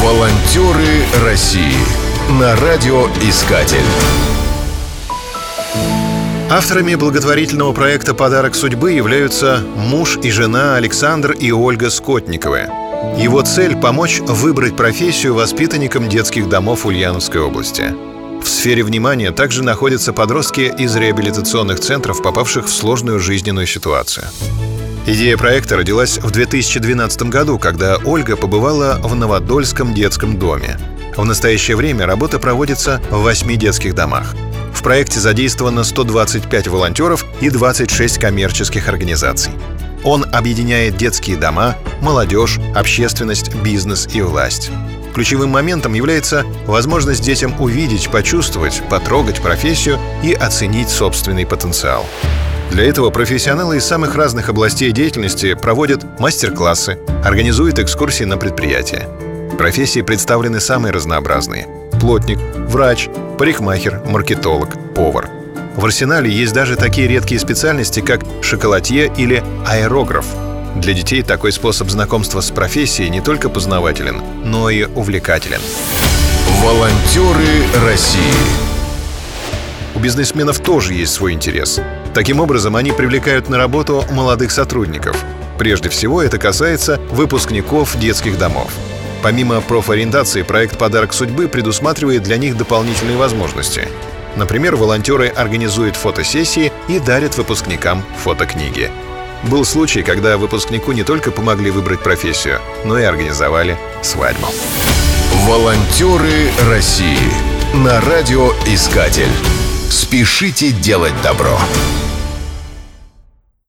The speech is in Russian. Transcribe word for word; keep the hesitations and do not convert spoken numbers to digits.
Волонтеры России на радиоискатель. Авторами благотворительного проекта «Подарок судьбы» являются муж и жена Александр и Ольга Скотниковы. Его цель – помочь выбрать профессию воспитанникам детских домов Ульяновской области. В сфере внимания также находятся подростки из реабилитационных центров, попавших в сложную жизненную ситуацию. Идея проекта родилась в две тысячи двенадцатом году, когда Ольга побывала в Новодольском детском доме. В настоящее время работа проводится в восьми детских домах. В проекте задействовано сто двадцать пять волонтеров и двадцать шесть коммерческих организаций. Он объединяет детские дома, молодежь, общественность, бизнес и власть. Ключевым моментом является возможность детям увидеть, почувствовать, потрогать профессию и оценить собственный потенциал. Для этого профессионалы из самых разных областей деятельности проводят мастер-классы, организуют экскурсии на предприятия. Профессии представлены самые разнообразные: плотник, врач, парикмахер, маркетолог, повар. В арсенале есть даже такие редкие специальности, как шоколадье или аэрограф. Для детей такой способ знакомства с профессией не только познавателен, но и увлекателен. Волонтеры России. У бизнесменов тоже есть свой интерес. Таким образом, они привлекают на работу молодых сотрудников. Прежде всего, это касается выпускников детских домов. Помимо профориентации, проект «Подарок судьбы» предусматривает для них дополнительные возможности. Например, волонтеры организуют фотосессии и дарят выпускникам фотокниги. Был случай, когда выпускнику не только помогли выбрать профессию, но и организовали свадьбу. Волонтеры России на радиоискатель. Спешите делать добро.